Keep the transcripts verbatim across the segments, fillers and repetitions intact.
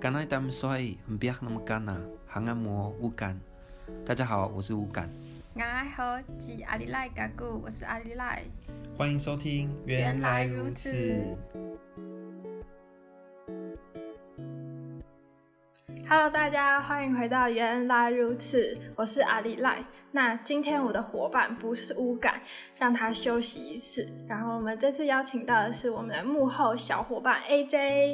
刚才他们说不要那么干呐，还按摩乌干。大家好，我是乌干。 大家好，是阿里赖嘎古，我是阿里赖。 欢迎收听，原来如此。 Hello， 大家欢迎回到原来如此，我是阿里赖。那今天我的伙伴不是乌干，让他休息一次。然后我们这次邀请到的是我们的幕后小伙伴 A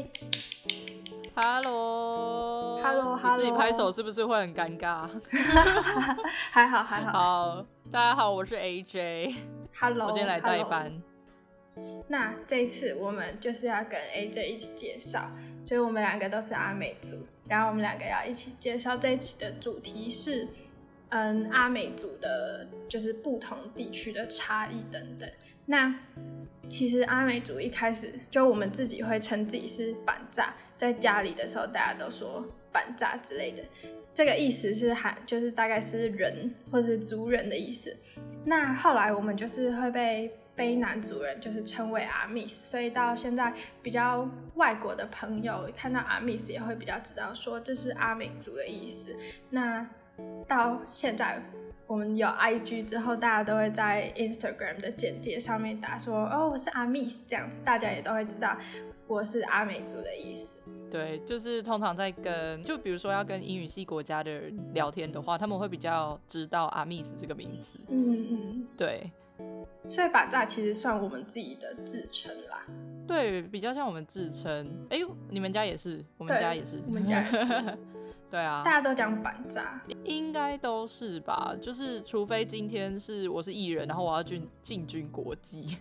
J。Hello，Hello，Hello， 你自己拍手是不是会很尴尬？ 还好还好。 好，大家好，我是 A J。Hello， 我今天来代班。 那这一次我们就是要跟 A J 一起介绍，就是我们两个都是阿美族，然后我们两个要一起介绍这一期的主题是，嗯，阿美族的，就是不同地区的差异等等。那其实阿美族一开始就我们自己会称自己是板炸，在家里的时候大家都说板炸之类的，这个意思是含就是大概是人或是族人的意思。那后来我们就是会被卑南族人就是称为阿密斯，所以到现在比较外国的朋友看到阿密斯也会比较知道说这是阿美族的意思。那到现在我们有 I G 之后，大家都会在 Instagram 的简介上面打说哦我是阿密斯，这样子大家也都会知道我是阿美族的意思。 对，就是通常在跟就比如说要跟英语系国家的人聊天的话，他们会比较知道阿密斯这个名词。 嗯嗯， 对。 所以板炸其实算我们自己的自称啦。 对，比较像我们自称。哎，你们家也是？我们家也是。 我们家也是。 对啊， 大家都讲板炸， 应该都是吧？就是除非今天是我是艺人，然后我要进进军国际。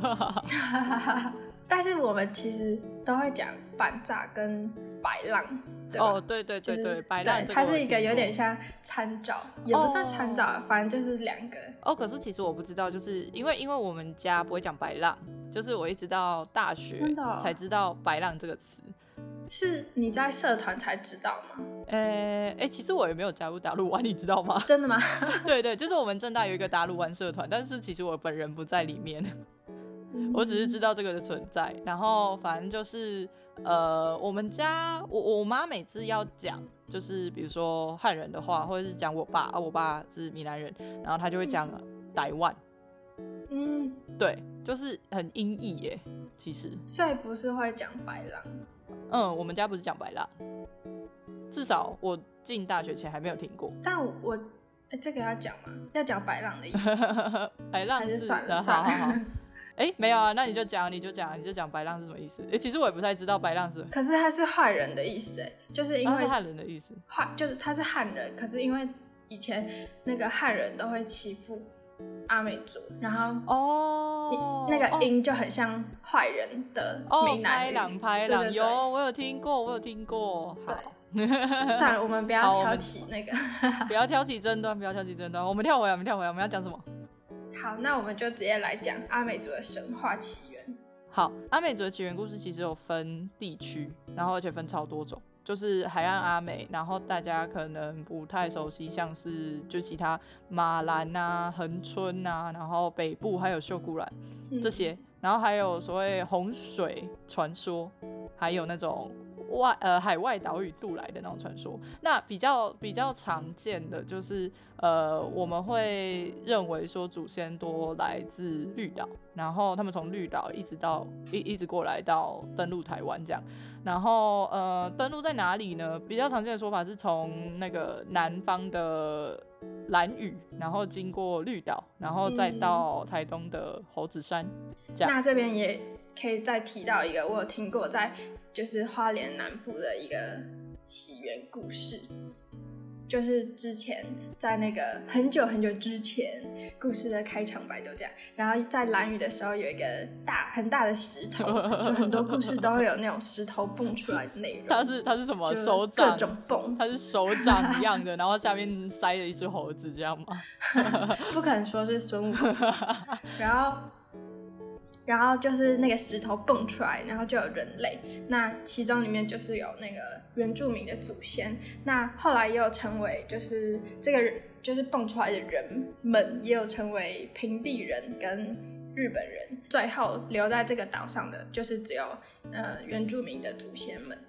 但是我们其实都会讲板炸跟白浪，对吧？ 哦，对对对对，就是、白浪它是一个有点像参照，也不算参照、哦，反正就是两个。 哦，可是其实我不知道，就是因为因为我们家不会讲白浪，就是我一直到大学才知道白浪这个词。 是你在社团才知道吗？ 呃，哎，其实我也没有加入打路湾，你知道吗？ 真的吗？ 对对，就是我们政大有一个打路湾社团，但是其实我本人不在里面，嗯、我只是知道这个的存在。然后反正就是呃，我们家我我妈每次要讲，就是比如说汉人的话，或者是讲我爸啊，我爸是闽南人，然后他就会讲台湾。嗯，对，就是很音译耶，其实。 所以不是会讲白浪。 嗯，我们家不是讲白浪，至少我进大学前还没有听过。 但我，我、欸、这个要讲吗？要讲白浪的意思。 白浪是还是算了算了。 好好好。哎、欸，没有啊，那你就讲，你就讲，你就讲白浪是什么意思？哎、欸，其实我也不太知道白浪是什么。 可是它是坏人的意思，哎，就是因为、 啊、是汉人的意思。 坏就是他是汉人，可是因为以前那个汉人都会欺负阿美族，然后哦， 那个音就很像坏人的闽南语。 哦，拍浪拍浪，有我有听过，我有听过。好， 算了，我们不要挑起那个， 不要挑起争端，不要挑起争端。我们跳回来，我们跳回来，我们要讲什么？ 好，那我们就直接来讲阿美族的神话起源。 好，阿美族的起源故事其实有分地区，然后而且分超多种。就是海岸阿美，然后大家可能不太熟悉，像是就其他马兰啊、恒春啊，然后北部还有秀姑峦这些，然后还有所谓洪水传说，还有那种外呃海外岛屿渡来的那种传说。那比较比较常见的就是呃我们会认为说祖先多来自绿岛，然后他们从绿岛一直到一一直过来到登陆台湾这样。然后呃登陆在哪里呢？比较常见的说法是从那个南方的兰屿，然后经过绿岛，然后再到台东的猴子山。这样。 那这边也可以再提到一个我有听过在就是花莲南部的一个起源故事，就是之前在那个很久很久之前，故事的开场白都这样。然后在兰屿的时候有一个大很大的石头，就很多故事都会有那种石头蹦出来的内容。 它是它是什么手掌？ 各种蹦， 它是手掌一样的，然后下面塞了一只猴子，这样吗？ 不可能说是孙悟空。然后。然后就是那个石头蹦出来，然后就有人类，那其中里面就是有那个原住民的祖先，那后来也有成为就是这个就是蹦出来的人们也有成为平地人跟日本人，最后留在这个岛上的就是只有呃原住民的祖先们这样。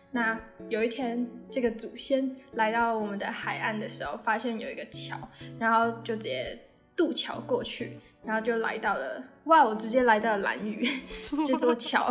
那有一天，这个祖先来到我们的海岸的时候，发现有一个桥，然后就直接渡桥过去，然后就来到了，哇！我直接来到了兰屿这座桥，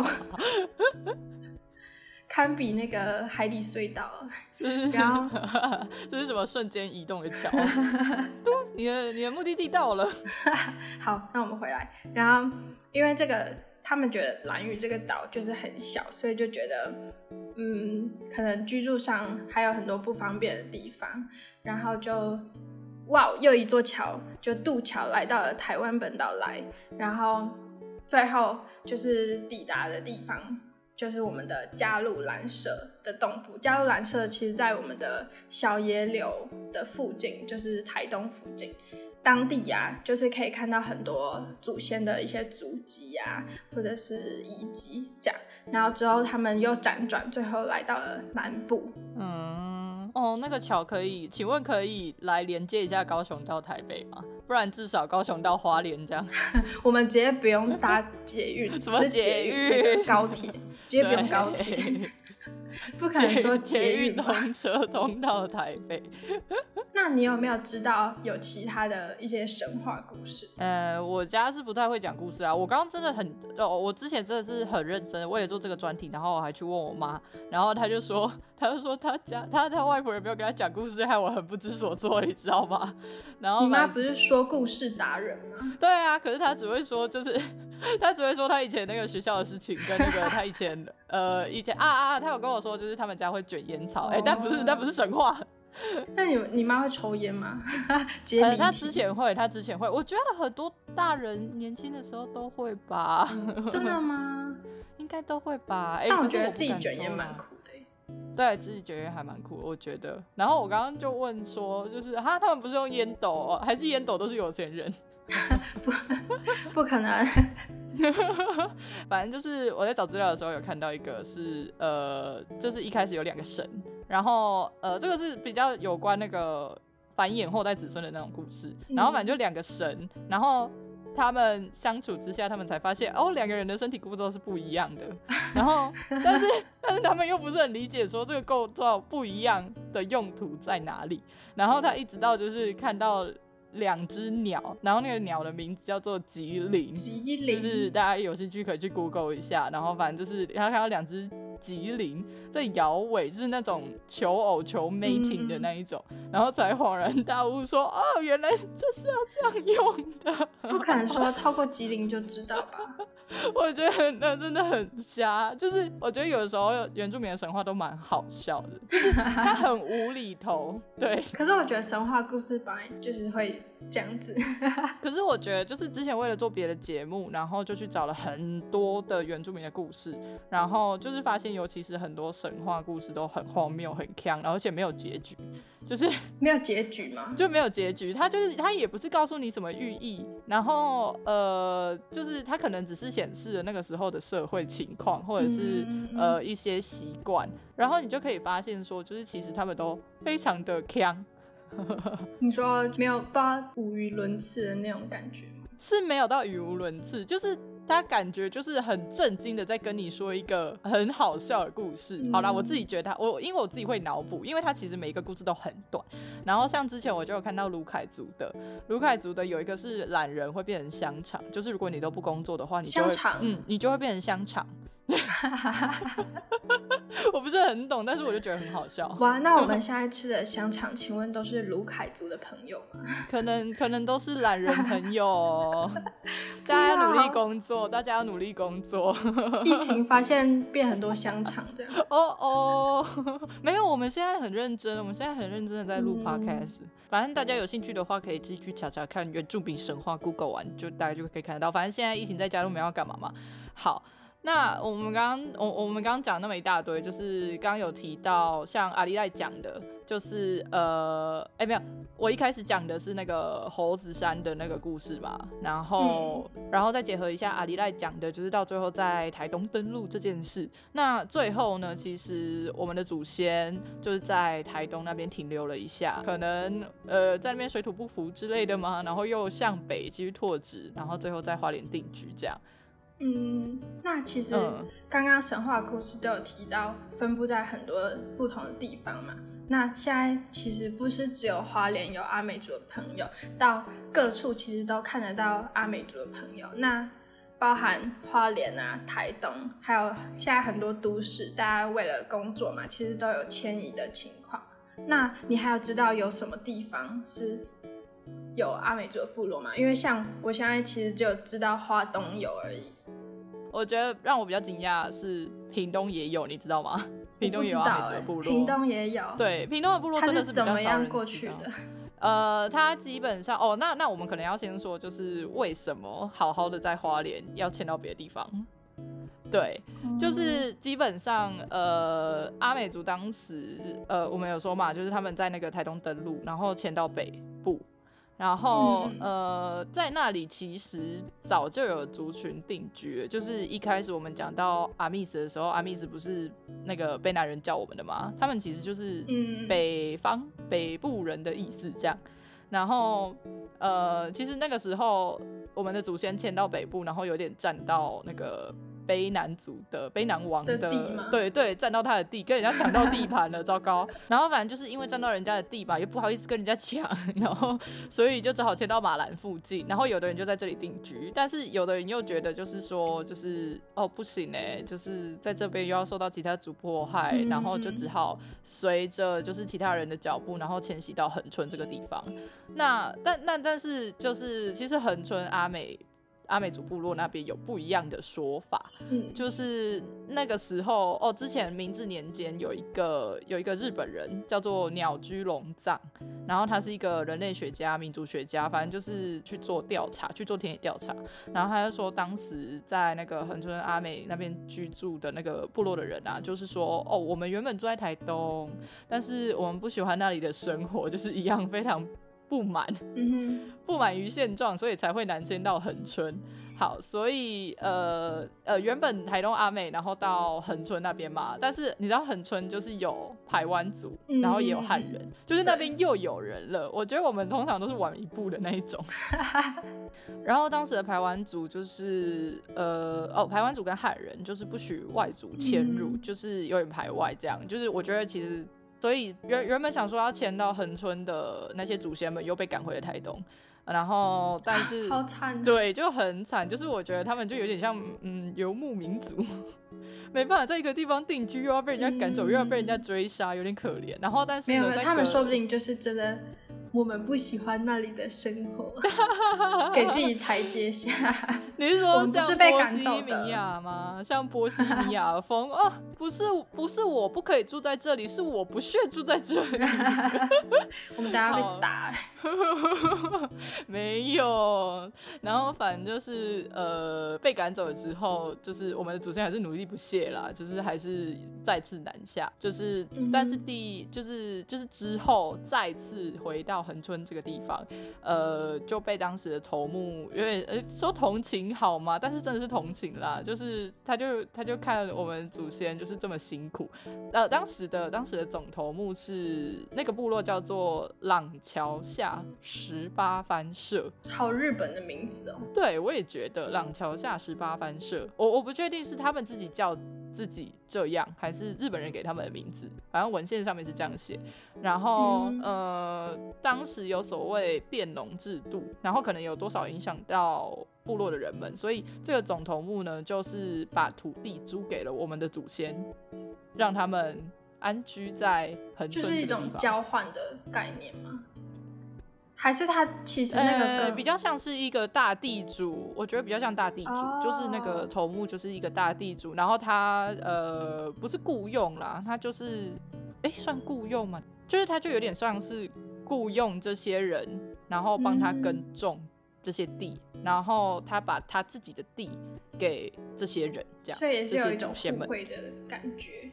堪比那个海底隧道。然后这是什么瞬间移动的桥？你的你的目的地到了。 好，那我们回来。然后因为这个，他们觉得兰屿这个岛就是很小，所以就觉得。嗯，可能居住上还有很多不方便的地方，然后就哇，又一座桥，就渡桥来到了台湾本岛来，然后最后就是抵达的地方，就是我们的加路兰社的东部。加路兰社其实在我们的小野柳的附近，就是台东附近。当地啊，就是可以看到很多祖先的一些足迹啊，或者是遗迹这样。然后之后他们又辗转，最后来到了南部。 嗯，哦，那个桥可以，请问可以来连接一下高雄到台北吗？不然至少高雄到花莲这样。 我们直接不用搭捷运， 什么捷运？ 那个高铁，直接不用高铁。不可能说捷运通车通到台北。 那你有没有知道有其他的一些神话故事？ 呃，我家是不太会讲故事啊。我刚刚真的很，哦，我之前真的是很认真，为了做这个专题，然后我还去问我妈，然后她就说，她就说她家她她外婆有没有跟她讲故事，害我很不知所措，你知道吗？然后你妈不是说故事达人吗？ 对啊，可是她只会说就是。他只会说他以前那个学校的事情，跟那个他以前呃以前啊啊，他有跟我说，就是他们家会卷烟草，哎、欸，但不是，但不是神话。 那你你妈会抽烟吗？呃， 他之前会，他之前会，我觉得很多大人年轻的时候都会吧。 嗯、真的吗？ 应该都会吧。欸、 但我觉得自己卷烟蛮酷的、欸。 对，自己卷烟还蛮酷，我觉得。然后我刚刚就问说，就是哈，他们不是用烟斗、哦，还是烟斗都是有钱人？ 不，不可能。 反正就是我在找资料的时候有看到一个是呃，就是一开始有两个神，然后呃，这个是比较有关那个繁衍后代子孙的那种故事。然后反正就两个神，然后他们相处之下，他们才发现哦，两个人的身体构造是不一样的。然后，但是但是他们又不是很理解说这个构造不一样的用途在哪里。然后他一直到就是看到。两只鸟，然后那个鸟的名字叫做吉林， 吉林就是大家有兴趣可以去 Google 一下，然后反正就是他看到两只吉林在摇尾，就是那种求偶求 mating 的那一种，嗯、然后才恍然大悟说，哦，原来这是要这样用的。 不可能说透过吉林就知道吧？ 我觉得那真的很瞎，就是我觉得有的时候原住民的神话都蛮好笑的，就是它很无厘头。对， 可是我觉得神话故事本来就是会这样子。 可是我觉得就是之前为了做别的节目，然后就去找了很多的原住民的故事，然后就是发现尤其是很多神话故事都很荒谬很鏘，而且没有结局，就是没有结局吗？ 就没有结局，他就是他也不是告诉你什么寓意，然后呃就是他可能只是显示了那个时候的社会情况，或者是、嗯、呃一些习惯，然后你就可以发现说，就是其实他们都非常的鏘。 你说没有不知道语无伦次的那种感觉吗？ 是没有到语无伦次，就是他感觉就是很震惊的在跟你说一个很好笑的故事。嗯、好啦，我自己觉得他我因为我自己会脑补，因为他其实每一个故事都很短。然后像之前我就有看到卢凯族的，卢凯族的有一个是懒人会变成香肠，就是如果你都不工作的话，你就会香肠， 嗯，你就会变成香肠。我不是很懂，但是我就觉得很好笑。 哇，那我们现在吃的香肠，请问都是卢凯族的朋友吗？ 可能可能都是懒人朋友、哦。大家要努力工作，大家要努力工作。 疫情发现变很多香肠这样。 哦哦，没有，我们现在很认真，我们现在很认真的在录 podcast、嗯。反正大家有兴趣的话，可以自己去查查看原住民神话 ，Google 完就大家就可以看得到。反正现在疫情在家都没有要干嘛嘛。好。那我们刚刚我我们刚刚讲那么一大堆，就是刚刚有提到像阿里赖讲的，就是呃，哎、欸、没有，我一开始讲的是那个猴子山的那个故事嘛，然后、嗯、然后再结合一下阿里赖讲的，就是到最后在台东登陆这件事。那最后呢，其实我们的祖先就是在台东那边停留了一下，可能呃在那边水土不服之类的嘛，然后又向北继续拓殖，然后最后在花莲定居这样。 嗯，那其实刚刚神话故事都有提到分布在很多不同的地方嘛，那现在其实不是只有花莲有阿美族的朋友，到各处其实都看得到阿美族的朋友，那包含花莲啊、台东，还有现在很多都市，大家为了工作嘛，其实都有迁移的情况。那你还有知道有什么地方是有阿美族的部落吗？因为像我现在其实只有知道花东有而已。 我觉得让我比较惊讶的是屏东也有，你知道吗？屏东也有阿美族的部落。 屏东也有。 对，屏东的部落真的是比较少人知道。 它是怎么样过去的？ 呃，它基本上哦，那那我们可能要先说，就是为什么好好的在花莲要迁到别的地方？对，就是基本上呃，阿美族当时呃，我们有说嘛，就是他们在那个台东登陆，然后迁到北部。然后、嗯、呃，在那里其实早就有族群定居了，就是一开始我们讲到阿密斯的时候，阿密斯不是那个卑南人叫我们的吗？他们其实就是北方、嗯、北部人的意思这样。然后呃，其实那个时候我们的祖先迁到北部，然后有点占到那个卑南族的卑南王 的, 的地吗？ 对对，占到他的地，跟人家抢到地盘了，糟糕。然后反正就是因为占到人家的地吧，也不好意思跟人家抢，然后所以就只好迁到马兰附近。然后有的人就在这里定居，但是有的人又觉得就是说，就是哦不行哎、欸，就是在这边又要受到其他族迫害，嗯、然后就只好随着就是其他人的脚步，然后迁徙到恒春这个地方。那但但但是就是其实恒春阿美。阿美族部落那边有不一样的说法，嗯，就是那个时候哦，之前明治年间有一个有一个日本人叫做鸟居龙藏，然后他是一个人类学家、民族学家，反正就是去做调查，去做田野调查，然后他就说当时在那个恒春阿美那边居住的那个部落的人啊，就是说哦，我们原本住在台东，但是我们不喜欢那里的生活，就是一样非常。不满，嗯、不满于现状，所以才会南迁到恒春。好，所以呃呃，原本台东阿美，然后到恒春那边嘛，但是你知道恒春就是有排湾族，嗯、然后也有汉人，就是那边又有人了。我觉得我们通常都是晚一步的那一种。然后当时的排湾族就是呃哦，排湾族跟汉人就是不许外族迁入，嗯、就是有点排外这样。就是我觉得其实。所以 原, 原本想说要迁到恒春的那些祖先们又被赶回了台东，然后但是好惨， 对，就很惨，就是我觉得他们就有点像嗯游牧民族，没办法在一个地方定居，又要被人家赶走，嗯、又要被人家追杀，有点可怜。然后但是没有没有，他们说不定就是真的。我们不喜欢那里的生活，给自己台阶下。 你是说像波西米亚吗？像波西米亚风哦，不是不是我不可以住在这里，是我不屑住在这里。 我们大家被打。 没有，然后反正就是呃被赶走了之后，就是我们的祖先还是努力不懈啦，就是还是再次南下，就是、嗯、但是第就是就是之后再次回到。恒春这个地方，呃，就被当时的头目有点呃说同情好吗？但是真的是同情啦，就是他就他就看我们祖先就是这么辛苦，呃，当时的当时的总头目是那个部落叫做朗桥下十八番社， 好日本的名字哦。 对，我也觉得朗桥下十八番社，我我不确定是他们自己叫自己这样，还是日本人给他们的名字，反正文献上面是这样写。然后、嗯、呃。当时有所谓佃农制度，然后可能有多少影响到部落的人们，所以这个总头目呢，就是把土地租给了我们的祖先，让他们安居在恒春这个地方。 就是一种交换的概念吗？还是他其实那个、 呃、比较像是一个大地主，我觉得比较像大地主， oh. 就是那个头目就是一个大地主，然后他呃不是雇用啦，他就是哎算雇用嘛，就是他就有点像是。雇用这些人，然后帮他耕种这些地、嗯，然后他把他自己的地给这些人，这样， 所以也是有一种互惠的感觉。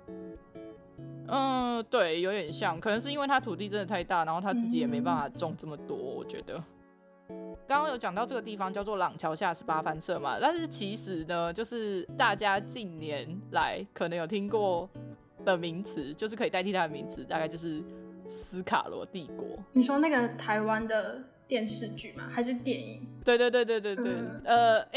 嗯，对，有点像，可能是因为他土地真的太大，然后他自己也没办法种这么多，嗯、我觉得。刚刚有讲到这个地方叫做朗桥下十八番社嘛，但是其实呢，就是大家近年来可能有听过的名词，就是可以代替它的名词，大概就是斯卡罗帝国。 你说那个台湾的电视剧吗？还是电影？ 对对对对对对，嗯、呃，哎、欸，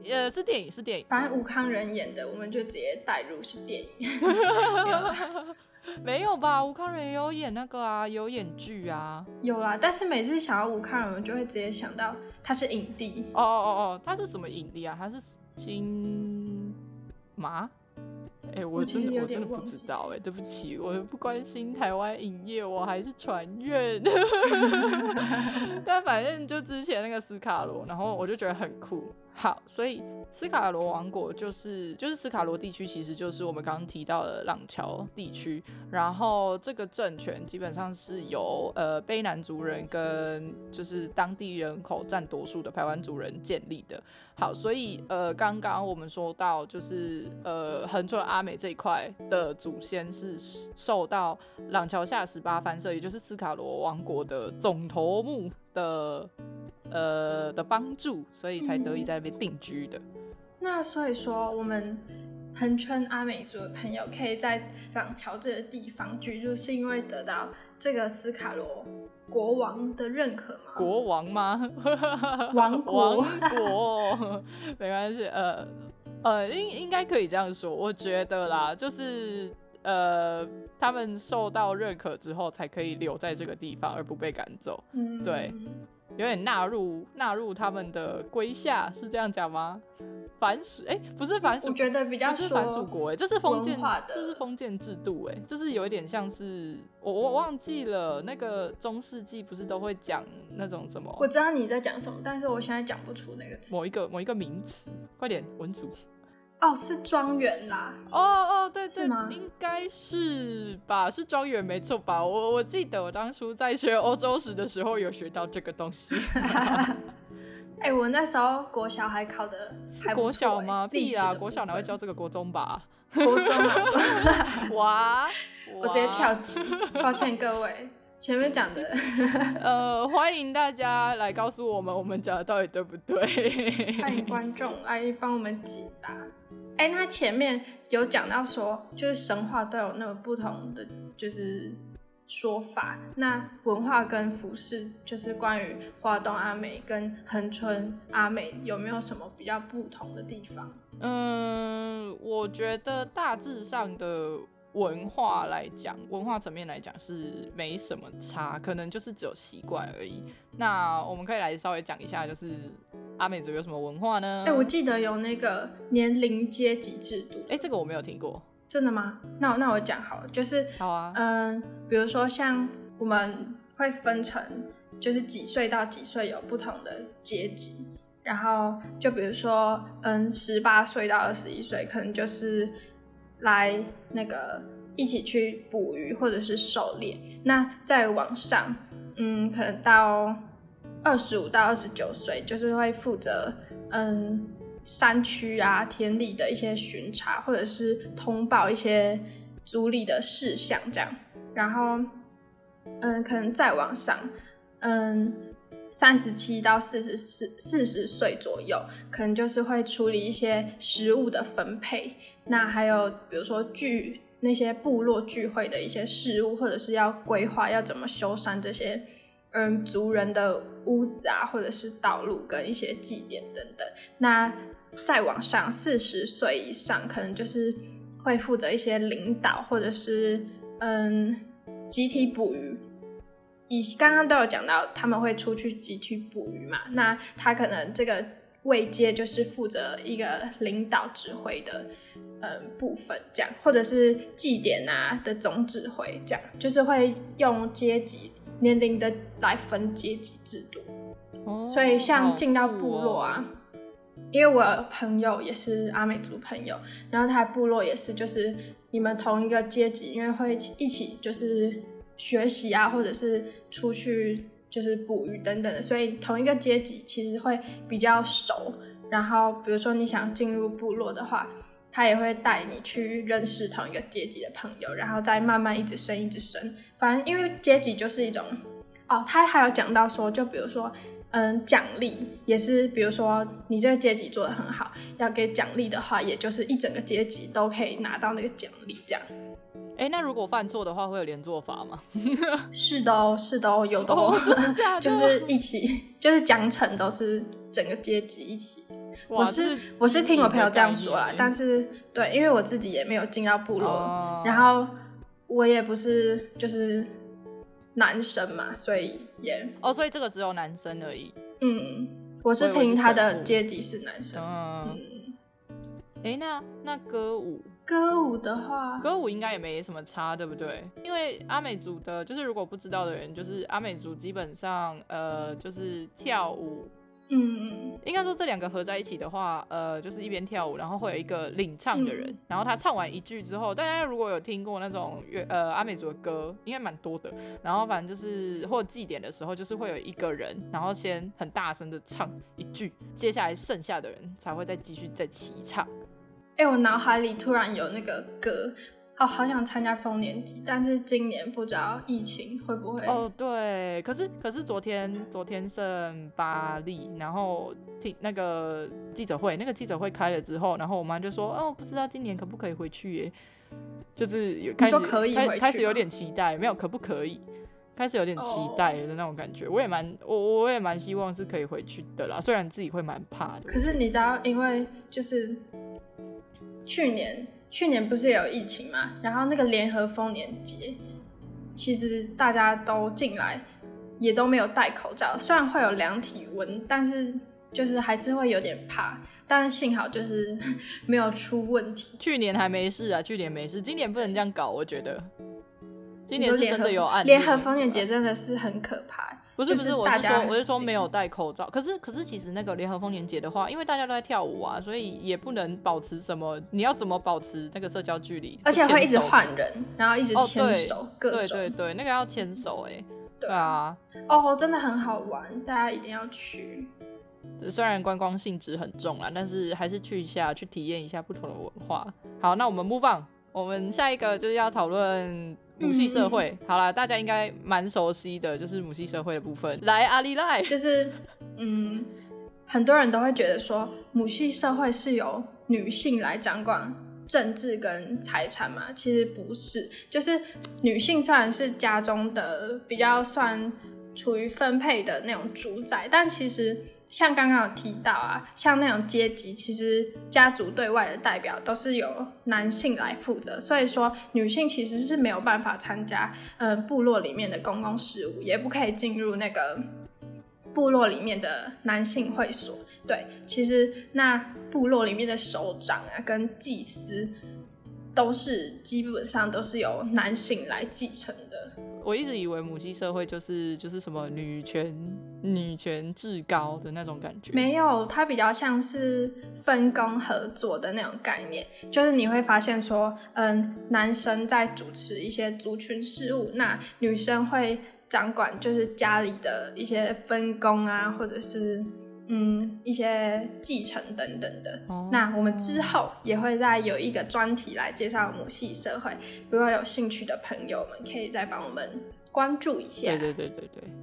呃，是电影，是电影。 反正吴慷仁演的，我们就直接带入是电影。没有啦， 没有吧？吴慷仁也有演那个啊，有演剧啊。 有啦，但是每次想到吴慷仁，我就会直接想到他是影帝。 哦哦哦哦，他是什么影帝啊？他是金马？哎、欸，我真的 我, 我真的不知道哎、欸，对不起，我不关心台湾影业，我还是传院。但反正就之前那个斯卡罗，然后我就觉得很酷。好，所以斯卡罗王国就是就是斯卡罗地区，其实就是我们刚刚提到的廊桥地区。然后这个政权基本上是由呃卑南族人跟就是当地人口占多数的排湾族人建立的。好，所以呃刚刚我们说到就是呃恒春阿美这一块的祖先是受到廊桥下十八藩社，也就是斯卡罗王国的总头目的。呃的帮助，所以才得以在那边定居的。 嗯、那所以说，我们恒春阿美族的朋友可以在廊桥这个地方居住，是因为得到这个斯卡罗国王的认可吗？ 国王吗？ 王国， 王国，没关系，呃呃，应应该可以这样说，我觉得啦，就是呃，他们受到认可之后，才可以留在这个地方而不被赶走。嗯，对。有点纳入纳入他们的麾下，是这样讲吗？藩属哎、欸，不是藩属， 我觉得比较不是藩属国哎、欸，这是封建， 的这是封建制度哎、欸，这是有一点像是我我忘记了那个中世纪不是都会讲那种什么？ 我知道你在讲什么，但是我现在讲不出那个词。 某一个某一个名词，快点文组。 哦，是庄园啦。 哦哦，对对， 是应该是吧？是庄园没错吧？我我记得我当初在学欧洲史的时候有学到这个东西。 哎、欸，我那时候国小还考的还不错、欸， 国小吗？ 屁啦，国小哪会教这个？国中吧？ 国中啊！ 哇， 我直接跳级，抱歉各位。前面讲的， 呃，欢迎大家来告诉我们，我们讲的到底对不对？ 欢迎观众来帮我们解答。哎、欸，那前面有讲到说，就是神话都有那个不同的就是说法。那文化跟服饰，就是关于花东阿美跟恒春阿美有没有什么比较不同的地方？ 嗯，我觉得大致上的。文化来讲，文化层面来讲是没什么差，可能就是只有习惯而已。那我们可以来稍微讲一下，就是阿美族有什么文化呢？ 哎、欸，我记得有那个年龄阶级制度。 哎、欸，这个我没有听过。 真的吗？那我那我讲好了，就是好啊， 嗯，比如说像我们会分成，就是几岁到几岁有不同的阶级，然后就比如说，嗯，十八岁到二十一岁，可能就是来那个一起去捕鱼或者是狩猎。那再往上，嗯，可能到二十五到二十九岁，就是会负责嗯山区啊、田里的一些巡查，或者是通报一些族里的事项这样。然后，嗯，可能再往上，嗯。三十七到四十四十岁左右，可能就是会处理一些食物的分配，那还有比如说聚那些部落聚会的一些事务，或者是要规划要怎么修缮这些嗯族人的屋子啊，或者是道路跟一些祭典等等。那再往上四十岁以上，可能就是会负责一些领导，或者是嗯集体捕鱼。以刚刚都有讲到他们会出去集体捕鱼嘛，那他可能这个位阶就是负责一个领导指挥的嗯部分这样，或者是祭典啊的总指挥这样，就是会用阶级年龄的来分阶级制度、哦、所以像进到部落啊、哦、因为我有朋友也是阿美族朋友，然后他的部落也是就是你们同一个阶级，因为会一起就是学习啊，或者是出去就是捕鱼等等的，所以同一个阶级其实会比较熟。然后比如说你想进入部落的话，他也会带你去认识同一个阶级的朋友，然后再慢慢一直升一直升。反正因为阶级就是一种哦，他还有讲到说，就比如说嗯，奖励也是，比如说你这个阶级做得很好，要给奖励的话，也就是一整个阶级都可以拿到那个奖励这样。 哎，那如果犯错的话，会有连坐法吗？ 是的哦，是的哦，有的哦， 哦真的假的？ 就是一起，就是奖惩都是整个阶级一起。 我是我是听我朋友这样说啦，但是对，因为我自己也没有进到部落，哦、然后我也不是就是男生嘛，所以也哦，所以这个只有男生而已。 嗯，我是听他的阶级是男生。 嗯，哎、嗯，那那歌舞。 歌舞的话， 歌舞应该也没什么差，对不对？因为阿美族的，就是如果不知道的人，就是阿美族基本上，呃，就是跳舞， 嗯嗯， 应该说这两个合在一起的话，呃，就是一边跳舞，然后会有一个领唱的人，嗯、然后他唱完一句之后，大家如果有听过那种呃阿美族的歌，应该蛮多的。然后反正就是或祭典的时候，就是会有一个人，然后先很大声的唱一句，接下来剩下的人才会再继续再齐唱。 哎、欸，我脑海里突然有那个歌，哦，好想参加丰年祭，但是今年不知道疫情会不会。 哦，对，可是可是昨天昨天圣巴利，然后听那个记者会，那个记者会开了之后，然后我妈就说，哦，不知道今年可不可以回去耶，就是有开始你说可以回去吗？ 开始有点期待，没有可不可以？开始有点期待的那种感觉， oh. 我也蛮我我也蛮希望是可以回去的啦，虽然自己会蛮怕的。 可是你知道，因为就是去年去年不是也有疫情嘛，然后那个联合丰年节，其实大家都进来也都没有戴口罩，虽然会有量体温，但是就是还是会有点怕。但是幸好就是没有出问题。 去年还没事啊，去年没事，今年不能这样搞，我觉得。今年是真的有案例。 联合丰年节真的是很可怕。 不是不是，我是说我是说没有戴口罩。可是可是其实那个联合丰年节的话，因为大家都在跳舞啊，所以也不能保持什么。你要怎么保持那个社交距离？ 而且会一直换人，然后一直牵手， 哦、 各种。 对对对，那个要牵手哎、欸。对啊。 哦，真的很好玩，大家一定要去。 虽然观光性质很重啦，但是还是去一下，去体验一下不同的文化。好，那我们 move on， 我们下一个就是要讨论母系社会。嗯、好啦，大家应该蛮熟悉的，就是母系社会的部分。来，阿里赖， 就是嗯，很多人都会觉得说，母系社会是由女性来掌管政治跟财产嘛，其实不是，就是女性虽然是家中的比较算处于分配的那种主宰，但其实像刚刚有提到啊，像那种阶级，其实家族对外的代表都是由男性来负责，所以说女性其实是没有办法参加呃部落里面的公共事务，也不可以进入那个部落里面的男性会所。对，其实那部落里面的首长啊跟祭司都是基本上都是由男性来继承的。 我一直以为母系社会就是就是什么女权女权至高的那种感觉， 没有，它比较像是分工合作的那种概念，就是你会发现说，嗯，男生在主持一些族群事务，那女生会掌管就是家里的一些分工啊，或者是嗯一些继承等等的。哦、那我们之后也会再有一个专题来介绍母系社会，如果有兴趣的朋友们可以再帮我们关注一下。 对对对对对。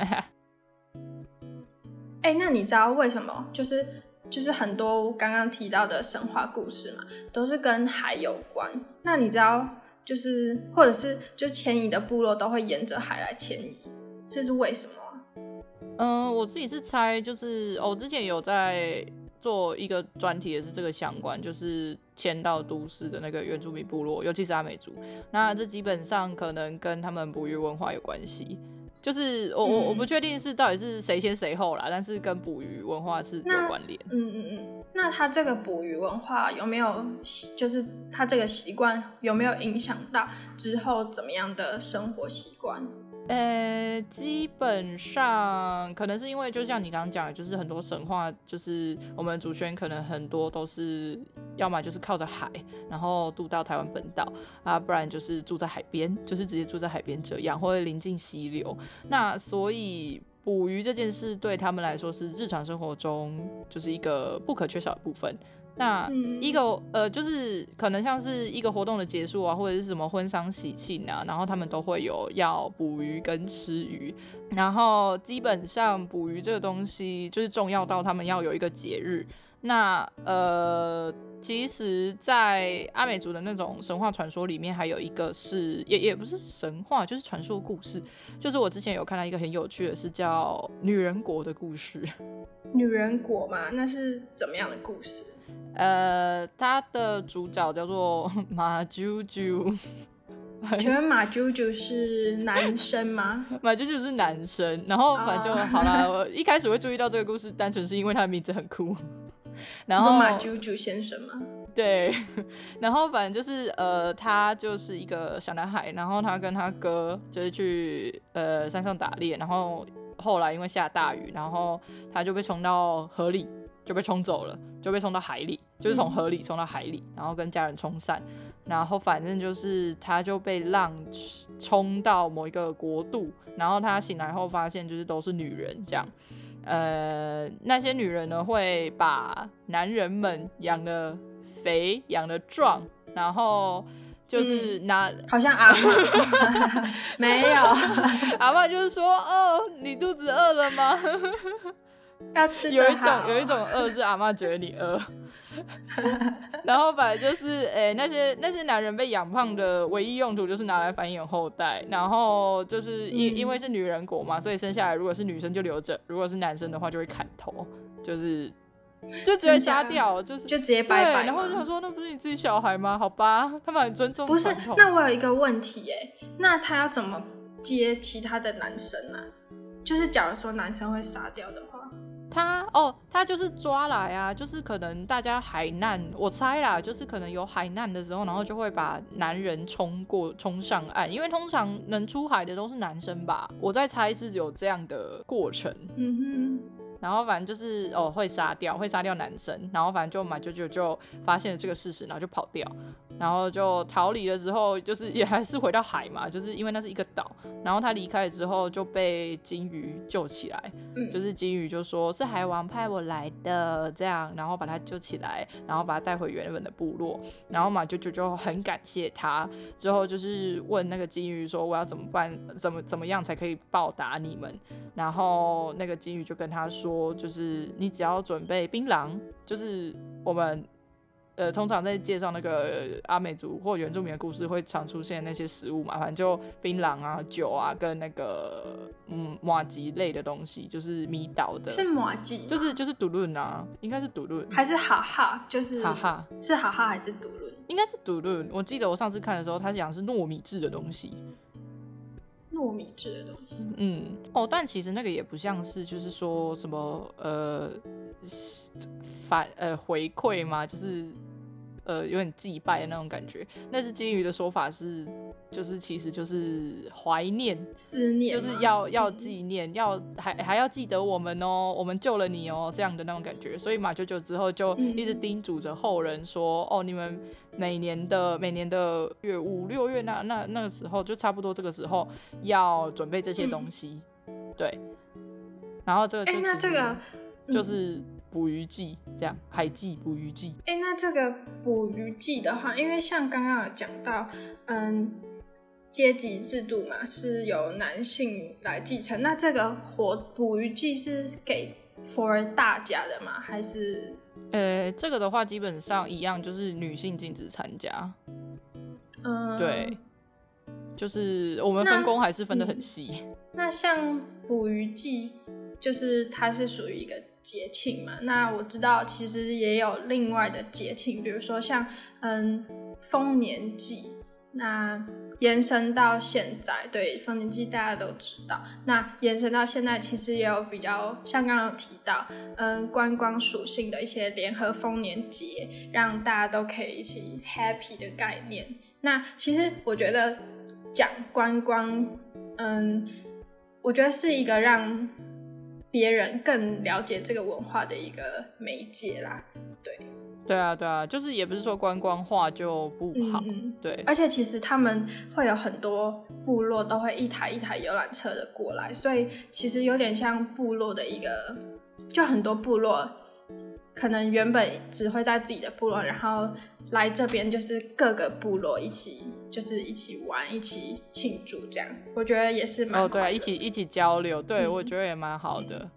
哎、欸，那你知道为什么就是就是很多刚刚提到的神话故事嘛，都是跟海有关？那你知道就是或者是就是迁移的部落都会沿着海来迁移，这是为什么？ 嗯、呃，我自己是猜，就是我、哦、之前有在做一个专题，也是这个相关，就是迁到都市的那个原住民部落，尤其是阿美族。那这基本上可能跟他们捕鱼文化有关系。就是我我我不确定是到底是谁先谁后啦，但是跟捕鱼文化是有关联。 嗯嗯嗯。那他这个捕鱼文化有没有，就是他这个习惯有没有影响到之后怎么样的生活习惯？ 呃，基本上可能是因为就像你刚刚讲的，就是很多神话，就是我们祖先可能很多都是要么就是靠着海，然后渡到台湾本岛啊，不然就是住在海边，就是直接住在海边这样，或者临近溪流。那所以捕鱼这件事对他们来说是日常生活中就是一个不可缺少的部分。那一个呃，就是可能像是一个活动的结束啊，或者是什么婚丧喜庆啊，然后他们都会有要捕鱼跟吃鱼，然后基本上捕鱼这个东西就是重要到他们要有一个节日， 那呃，其实，在阿美族的那种神话传说里面，还有一个是也也不是神话，就是传说故事。就是我之前有看到一个很有趣的，是叫女人国的故事。 女人国嘛，那是怎么样的故事？ 呃，它的主角叫做马啾啾。 请问马啾啾是男生吗？ 马啾啾是男生，然后反正就、oh. 好啦。我一开始会注意到这个故事，单纯是因为他的名字很酷。然后马啾啾先生吗？ 对，然后反正就是呃，他就是一个小男孩，然后他跟他哥就是去呃山上打猎，然后后来因为下大雨，然后他就被冲到河里，就被冲走了，就被冲到海里，就是从河里冲到海里，然后跟家人冲散。然后反正就是他就被浪冲到某一个国度，然后他醒来后发现就是都是女人这样。呃，那些女人呢会把男人们养得肥养得壮，然后就是拿、嗯、 好像阿嬷没有阿嬷就是说哦你肚子饿了吗要吃得有一种好有一种饿是阿嬷觉得你饿然后反正就是诶、欸，那些那些男人被养胖的唯一用途就是拿来繁衍后代，然后就是因、嗯、因为是女人国嘛，所以生下来如果是女生就留着，如果是男生的话就会砍头，就是就直接杀掉，就是就直接拜拜。 然后我就想说那不是你自己小孩吗？好吧，他们很尊重传统。 不是，那我有一个问题耶，那他要怎么接其他的男生啊？就是假如说男生会杀掉的话， 他哦，他就是抓来啊，就是可能大家海难，我猜啦，就是可能有海难的时候，然后就会把男人冲过冲上岸，因为通常能出海的都是男生吧，我在猜是有这样的过程。 嗯哼。 然后反正就是哦会杀掉，会杀掉男生，然后反正就马啾啾就发现了这个事实，然后就跑掉，然后就逃离的时候，就是也还是回到海嘛，就是因为那是一个岛，然后他离开了之后就被金鱼救起来，嗯、就是金鱼就说是海王派我来的这样，然后把他救起来，然后把他带回原本的部落，然后马啾啾就很感谢他，之后就是问那个金鱼说我要怎么办，怎么怎么样才可以报答你们，然后那个金鱼就跟他说。就是你只要准备槟榔，就是我们呃通常在介绍那个阿美族或原住民的故事会常出现那些食物嘛，反正就槟榔啊、酒啊跟那个嗯麻糬类的东西，就是米岛的。 是麻糬？ 就是就是独论啊，应该是独论还是哈哈？就是哈哈是哈哈还是独论？ 应该是独论。我记得我上次看的时候，他讲是糯米制的东西。 糯米制的东西， 嗯，哦，但其实那个也不像是，就是说什么呃反呃回馈嘛，就是呃有点祭拜的那种感觉。那是金鱼的说法是，就是其实就是怀念、 思念， 就是要要纪念，嗯、要还还要记得我们哦，我们救了你哦，这样的那种感觉。所以马啾啾之后就一直叮嘱着后人说，嗯、哦，你们。每年的每年的月五六月那那那个时候就差不多这个时候要准备这些东西，嗯、对。然后这个就、 欸、那这个就是捕鱼季，这样海季捕鱼季。 哎、欸，那这个捕鱼季的话，因为像刚刚有讲到，嗯，阶级制度嘛是由男性来继承，那这个活捕鱼季是给 for 大家的吗？还是？ 呃，这个的话基本上一样，就是女性禁止参加。嗯，对，就是我们分工还是分得很细。 那, 那像捕鱼季，就是它是属于一个节庆嘛。那我知道其实也有另外的节庆，比如说像嗯丰年祭。那延伸到现在，对丰年祭大家都知道。那延伸到现在，其实也有比较像刚刚有提到，嗯，观光属性的一些联合丰年节，让大家都可以一起 happy 的概念。那其实我觉得讲观光，嗯，我觉得是一个让别人更了解这个文化的一个媒介啦，对。 对啊对啊，就是也不是说观光化就不好，嗯、对。 而且其实他们会有很多部落都会一台一台游览车的过来，所以其实有点像部落的一个，就很多部落可能原本只会在自己的部落，然后来这边就是各个部落一起，就是一起玩，一起庆祝这样。我觉得也是蛮好的。 哦，对啊，一起一起交流，对、嗯、我觉得也蛮好的。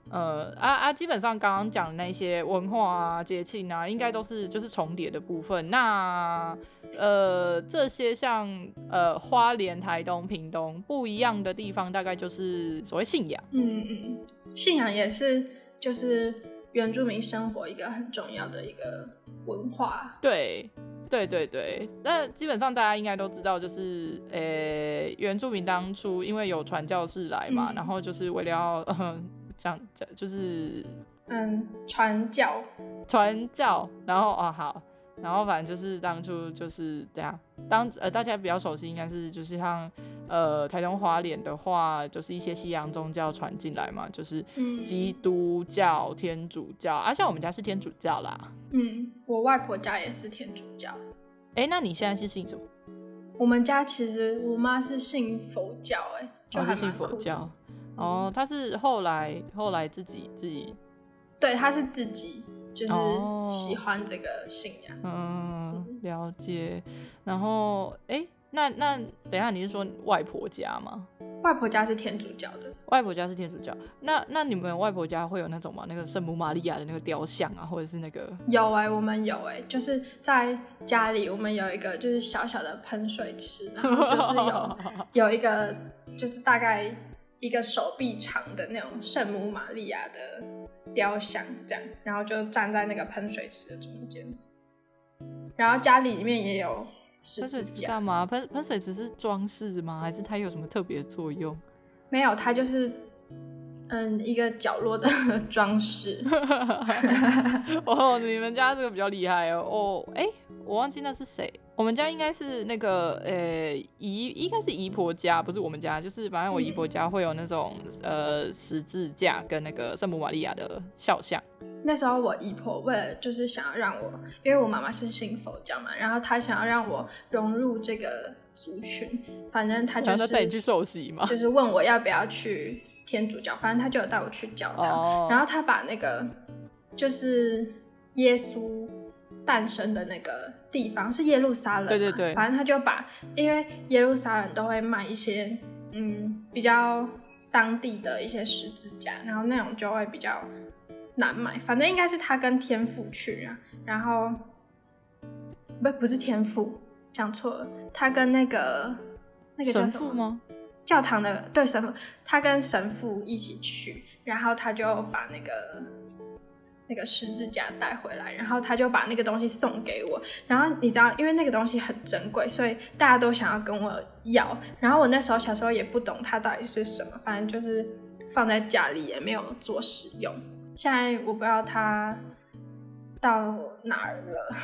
呃啊啊，基本上刚刚讲的那些文化啊、节庆啊，应该都是就是重叠的部分。那呃，这些像呃花莲、台东、屏东不一样的地方，大概就是所谓信仰。 嗯嗯，信仰也是就是原住民生活一个很重要的一个文化。 对。对对对，那基本上大家应该都知道，就是呃，原住民当初因为有传教士来嘛，嗯、然后就是为了要呃，讲就是嗯传教， 传教，然后啊好，然后反正就是当初就是这样，当呃大家比较熟悉应该是就是像呃台东花莲的话，就是一些西洋宗教传进来嘛，就是基督教、天主教，啊像我们家是天主教啦。 嗯，我外婆家也是天主教。 哎，那你现在是信什么？ 我们家其实我妈是信佛教、欸，哎，就还蛮酷的。 哦，是信佛教。哦，她是后来后来自己自己， 对，她是自己就是喜欢这个信仰。 哦、嗯，了解。然后，哎，那那等一下你是说外婆家吗？ 外婆家是天主教的。 外婆家是天主教，那那你们外婆家会有那种吗？那个圣母玛利亚的那个雕像啊，或者是那个？ 有哎、欸，我们有哎、欸，就是在家里我们有一个就是小小的喷水池，然后就是有有一个就是大概一个手臂长的那种圣母玛利亚的雕像，这样，然后就站在那个喷水池的中间，然后家里里面也有十字架。喷水池干嘛？喷喷水池是装饰吗？还是它有什么特别的作用？ 没有，它就是嗯一个角落的装饰。 哦，你们家这个比较厉害哦。哦，哎，我忘记那是谁。我们家应该是那个呃姨，应该是姨婆家，不是我们家。就是反正我姨婆家会有那种、嗯、呃十字架跟那个圣母玛利亚的肖像。 那时候我姨婆为了就是想要让我，因为我妈妈是信佛教嘛，然后她想要让我融入这个族群，反正她就是带你去受洗嘛， 就是问我要不要去天主教，反正她就有带我去教堂，哦、然后她把那个就是耶稣诞生的那个地方是耶路撒冷嘛， 对对对， 反正她就把，因为耶路撒冷都会卖一些嗯比较当地的一些十字架，然后那种就会比较难买，反正应该是他跟天父去啊，然后不不是天父，讲错了，他跟那个那个叫什么神父吗？ 教堂的对神父，他跟神父一起去，然后他就把那个那个十字架带回来，然后他就把那个东西送给我，然后你知道，因为那个东西很珍贵，所以大家都想要跟我要，然后我那时候小时候也不懂它到底是什么，反正就是放在家里也没有做使用。现在我不知道他到哪儿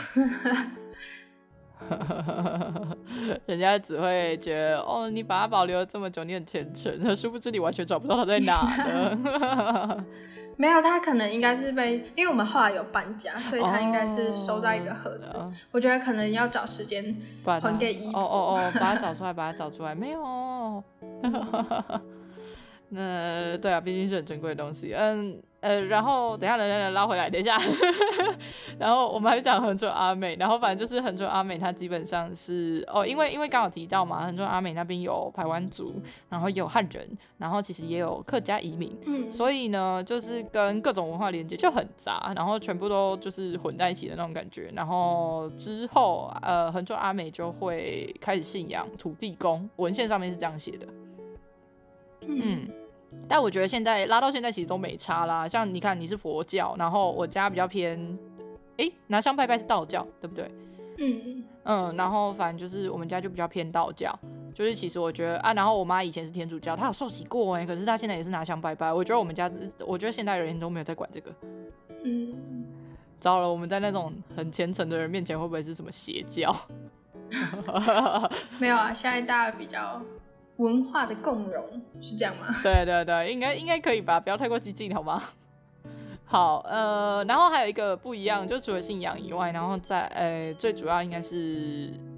了，人家只会觉得哦，你把它保留了这么久，你很虔诚，殊不知你完全找不到它在哪了。 没有，他可能应该是被，因为我们后来有搬家，所以他应该是收在一个盒子。Oh, 我觉得可能要找时间还给姨婆。 哦哦哦，把它找出来，把它找出来，没有。那对啊，毕竟是很珍贵的东西。嗯呃，然后等一下，等一下，拉回来，等一下。然后我们还讲恒春阿美，然后反正就是恒春阿美，它基本上是哦，因为因为刚好提到嘛，恒春阿美那边有排湾族，然后也有汉人，然后其实也有客家移民，嗯，所以呢，就是跟各种文化连接就很杂，然后全部都就是混在一起的那种感觉。然后之后呃，恒春阿美就会开始信仰土地公，文献上面是这样写的。嗯，但我觉得现在拉到现在其实都没差啦。像你看，你是佛教，然后我家比较偏，哎，拿香拜拜是道教，对不对？ 嗯嗯，然后反正就是我们家就比较偏道教，就是其实我觉得啊，然后我妈以前是天主教，她有受洗过哎，可是她现在也是拿香拜拜。我觉得我们家，我觉得现代人都没有在管这个。 嗯， 糟了，我们在那种很虔诚的人面前会不会是什么邪教？ 没有啊，现在大家比较文化的共融是这样吗？ 对对对，应该应该可以吧，不要太过激进好吗？好，呃，然后还有一个不一样，就除了信仰以外，然后在呃最主要应该是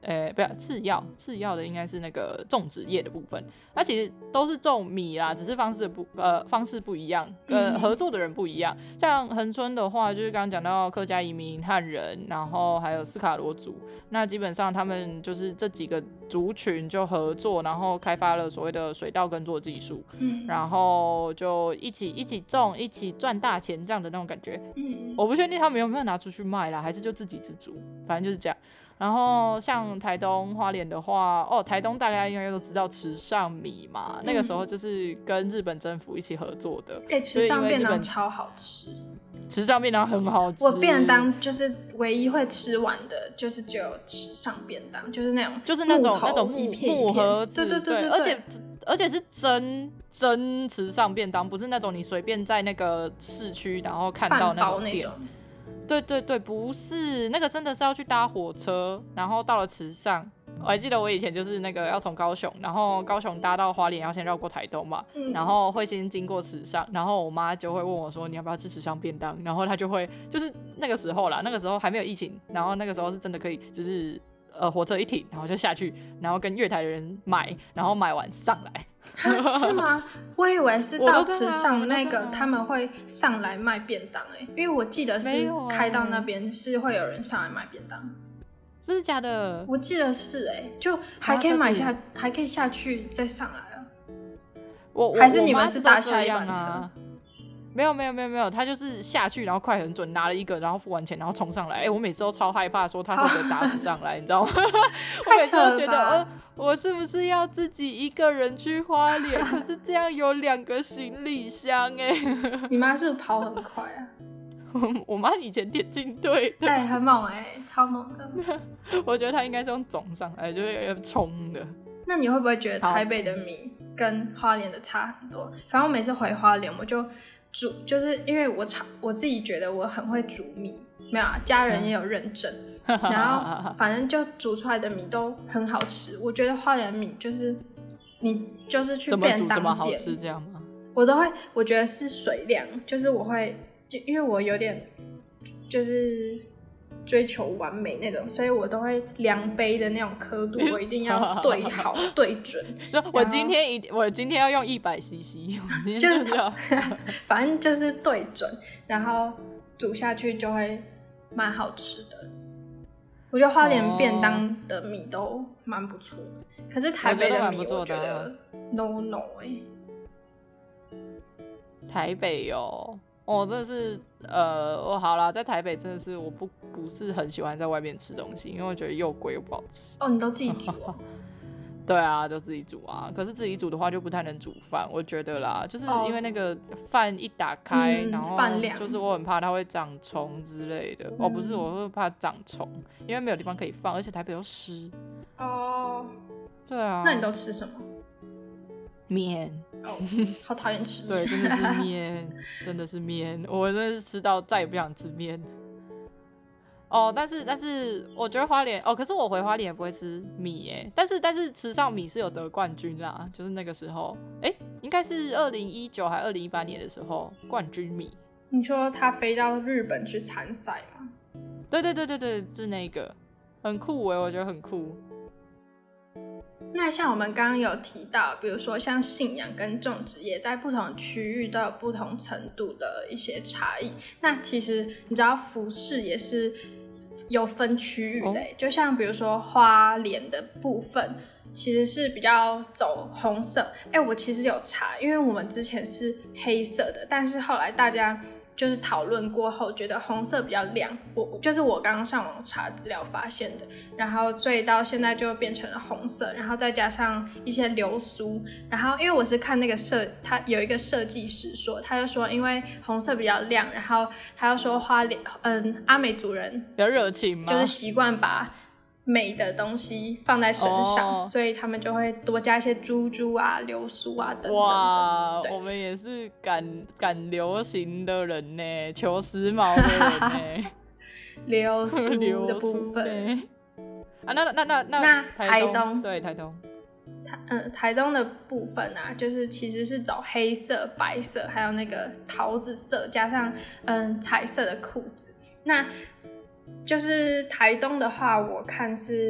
呃，不要次要，次要的应该是那个种植业的部分。它其实都是种米啦，只是方式不呃方式不一样，呃合作的人不一样。像恒春的话，就是刚刚讲到客家移民、汉人，然后还有斯卡罗族，那基本上他们就是这几个族群就合作，然后开发了所谓的水稻耕作技术，嗯，然后就一起一起种，一起赚大钱这样的那种感觉。嗯，我不确定他们有没有拿出去卖啦，还是就自给自足，反正就是这样。然后像台东花莲的话，哦，台东大家应该都知道池上米嘛，嗯、那个时候就是跟日本政府一起合作的。 哎、欸，池上便当超好吃， 池上便当很好吃。 我便当就是唯一会吃完的，就是只有池上便当，就是那种就是那种那种木木盒子， 对对 对, 对, 对， 而且而且是真真池上便当，不是那种你随便在那个市区然后看到那种店。对对对，不是那个，真的是要去搭火车，然后到了池上。我还记得我以前就是那个要从高雄，然后高雄搭到花莲要先绕过台东嘛，嗯、然后会先经过池上，然后我妈就会问我说你要不要吃池上便当，然后她就会就是那个时候啦，那个时候还没有疫情，然后那个时候是真的可以就是呃火车一停，然后就下去，然后跟月台的人买，然后买完上来。 是吗？我以为是到池上那个他们会上来卖便当哎、欸，因为我记得是开到那边是会有人上来卖便当。 真的假的？ 我记得是哎、欸，就还可以买下，还可以下去再上来啊。 我还是你们是搭下一班车？ 没有没有没有没有，他就是下去，然后快很准拿了一个，然后付完钱，然后冲上来。哎、欸，我每次都超害怕，说他会不会搭不上来，你知道吗？我每次都觉得，呃，我是不是要自己一个人去花莲？可是这样有两个行李箱哎、欸。 你妈是不是跑很快啊？ 我妈以前田径队的， 对，很猛哎、欸，超猛的。 我觉得她应该是用总上来，就是冲的。 那你会不会觉得台北的米跟花莲的差很多？反正我每次回花莲，我就煮，就是因为我炒，我自己觉得我很会煮米，没有啊，家人也有认证，嗯、然后反正就煮出来的米都很好吃。我觉得花莲米就是你就是去便当店怎么煮怎么好吃这样吗？ 我都会，我觉得是水量，就是我会。就因为我有点就是追求完美那种，所以我都会量杯的那种刻度，我一定要对好对准。 我今天一我今天要用一百 C C， 就是反正就是对准，然后煮下去就会蛮好吃的。我觉得花莲便当的米都蛮不错的，可是台北的米我觉得 no no 哎、欸， 台北哦。哦，真的是，呃，我好啦，在台北真的是我不不是很喜欢在外面吃东西，因为我觉得又贵又不好吃。 哦，你都自己煮哦？ 对啊，就自己煮啊。可是自己煮的话就不太能煮饭，我觉得啦，就是因为那个饭一打开， 嗯、 然后就是我很怕它会长虫之类的。嗯、哦，不是，我会怕长虫，因为没有地方可以放，而且台北又湿。 哦， 对啊。 那你都吃什么？ 面。 哦，好讨厌吃面。 对，真的是面，真的是面，我真的是吃到再也不想吃面。哦，但是但是我觉得花莲哦，可是我回花莲也不会吃米耶，但是但是池上米是有得冠军啦，就是那个时候，哎，应该是二零一九还二零一八年的时候冠军米。 你说他飞到日本去参赛吗？ 对对对对对，就是那个，很酷哎，我觉得很酷。 那像我们刚刚有提到，比如说像信仰跟种植业在不同区域都有不同程度的一些差异。那其实你知道服饰也是有分区域的、欸哦、就像比如说花莲的部分其实是比较走红色。哎、欸，我其实有查，因为我们之前是黑色的，但是后来大家就是讨论过后觉得红色比较亮，我就是我刚刚上网查资料发现的，然后所以到现在就变成了红色，然后再加上一些流苏，然后因为我是看那个设，他有一个设计师说，他就说因为红色比较亮，然后他就说花莲嗯阿美族人比较热情嘛， 就是习惯把美的东西放在身上、oh. 所以他们就会多加一些珠珠啊流苏啊等等的。 哇，我们也是赶赶流行的人呢，求时髦的人呢。 流苏的部分啊，那那那那那台东， 台东对台东台嗯台东的部分啊，就是其实是走黑色、白色，还有那个桃子色，加上嗯彩色的裤子。那就是台东的话，我看是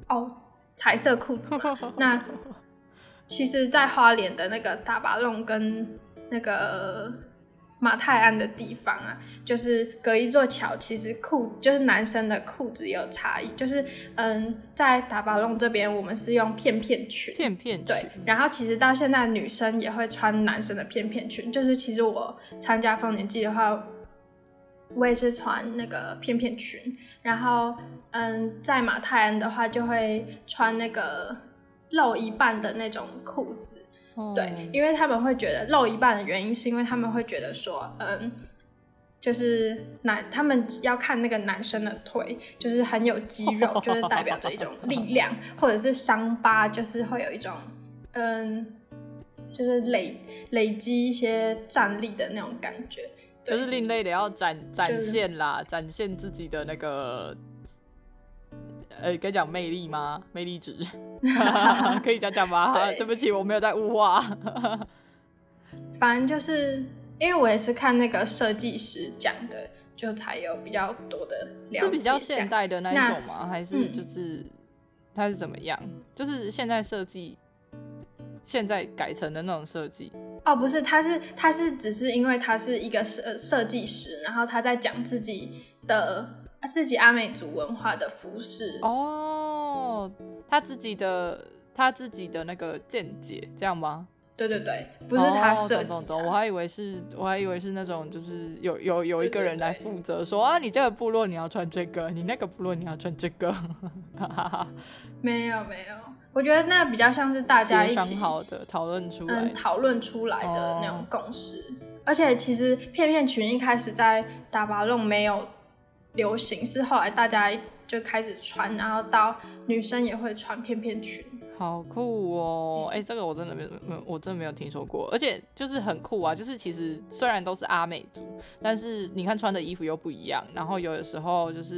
哦，彩色裤子嘛。那其实，在花莲的那个大巴弄跟那个马泰安的地方啊，就是隔一座桥，其实裤就是男生的裤子也有差异，就是嗯，在大巴弄这边我们是用片片裙， 片片裙， 对，然后其实到现在女生也会穿男生的片片裙，就是其实我参加丰年祭的话，我也是穿那个片片裙，然后嗯，在马泰安的话就会穿那个露一半的那种裤子。对，因为他们会觉得露一半的原因是因为他们会觉得说，嗯，就是男他们要看那个男生的腿，就是很有肌肉，就是代表着一种力量，或者是伤疤，就是会有一种嗯，就是累累积一些战力的那种感觉。 就是另类的要展展现啦，就是、展现自己的那个。呃，该讲魅力吗？魅力值可以讲讲吗？对？对不起，我没有在物化。 反正就是因为我也是看那个设计师讲的，就才有比较多的了解。 是比较现代的那一种吗？还是就是、嗯、它是怎么样？就是现在设计，现在改成的那种设计？ 哦，不是，他是他是只是因为他是一个设设计师，然后他在讲自己的。自己阿美族文化的服饰哦，他自己的他自己的那个见解，这样吗？ 对对对，不是他设计、啊。 懂懂懂，我还以为是，我还以为是那种，就是有有有一个人来负责说啊，你这个部落你要穿这个，你那个部落你要穿这个。 没有没有，我觉得那比较像是大家一起协商好的讨论出来， 嗯，讨论出来的那种共识。哦、而且其实片片裙一开始在大巴弄没有流行，是后来大家就开始穿，然后到女生也会穿片片裙， 好酷哦！哎、欸，这个我真的没有，我真的没有听说过，而且就是很酷啊！就是其实虽然都是阿美族，但是你看穿的衣服又不一样，然后有的时候就是、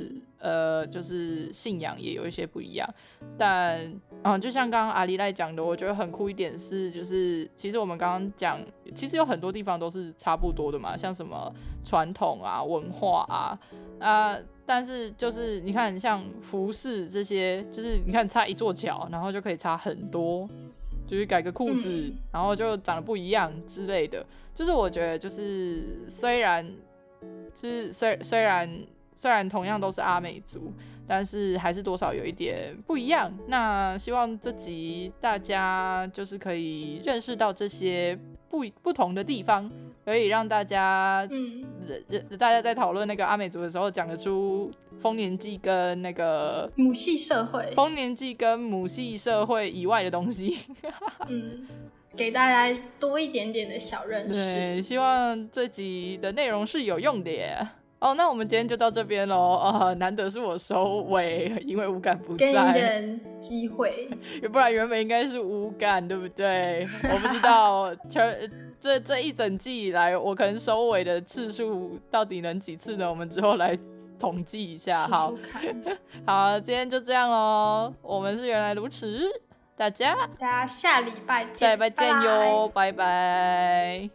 嗯、呃，就是信仰也有一些不一样，但嗯，就像刚刚阿里来讲的，我觉得很酷一点是，就是其实我们刚刚讲，其实有很多地方都是差不多的嘛，像什么传统啊、文化啊。啊、呃，但是就是你看，像服饰这些，就是你看差一座桥，然后就可以差很多，就是改个裤子，嗯、然后就长得不一样之类的。就是我觉得，就是虽然，就是虽虽然虽然同样都是阿美族，但是还是多少有一点不一样。那希望这集大家就是可以认识到这些不不同的地方。可以让大家，嗯，大家在讨论那个阿美族的时候，讲得出丰年祭跟那个母系社会， 丰年祭跟母系社会以外的东西， 嗯，给大家多一点点的小认识。 对，希望这集的内容是有用的耶。哦，那我们今天就到这边咯。呃，难得是我收尾，因为无感不在， 给你点机会， 不然原本应该是无感，对不对？我不知道，全这这一整季以来，我可能收尾的次数到底能几次呢？我们之后来统计一下。好，好，今天就这样咯。我们是原来如此，大家， 大家下礼拜见， 下礼拜见哟，拜拜。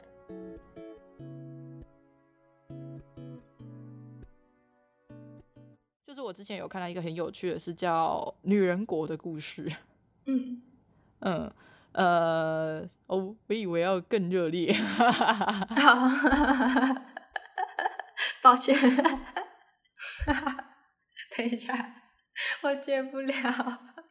就是我之前有看到一个很有趣的是叫女人国的故事。嗯嗯呃哦，我以为要更热烈。 抱歉。等一下，我接不了。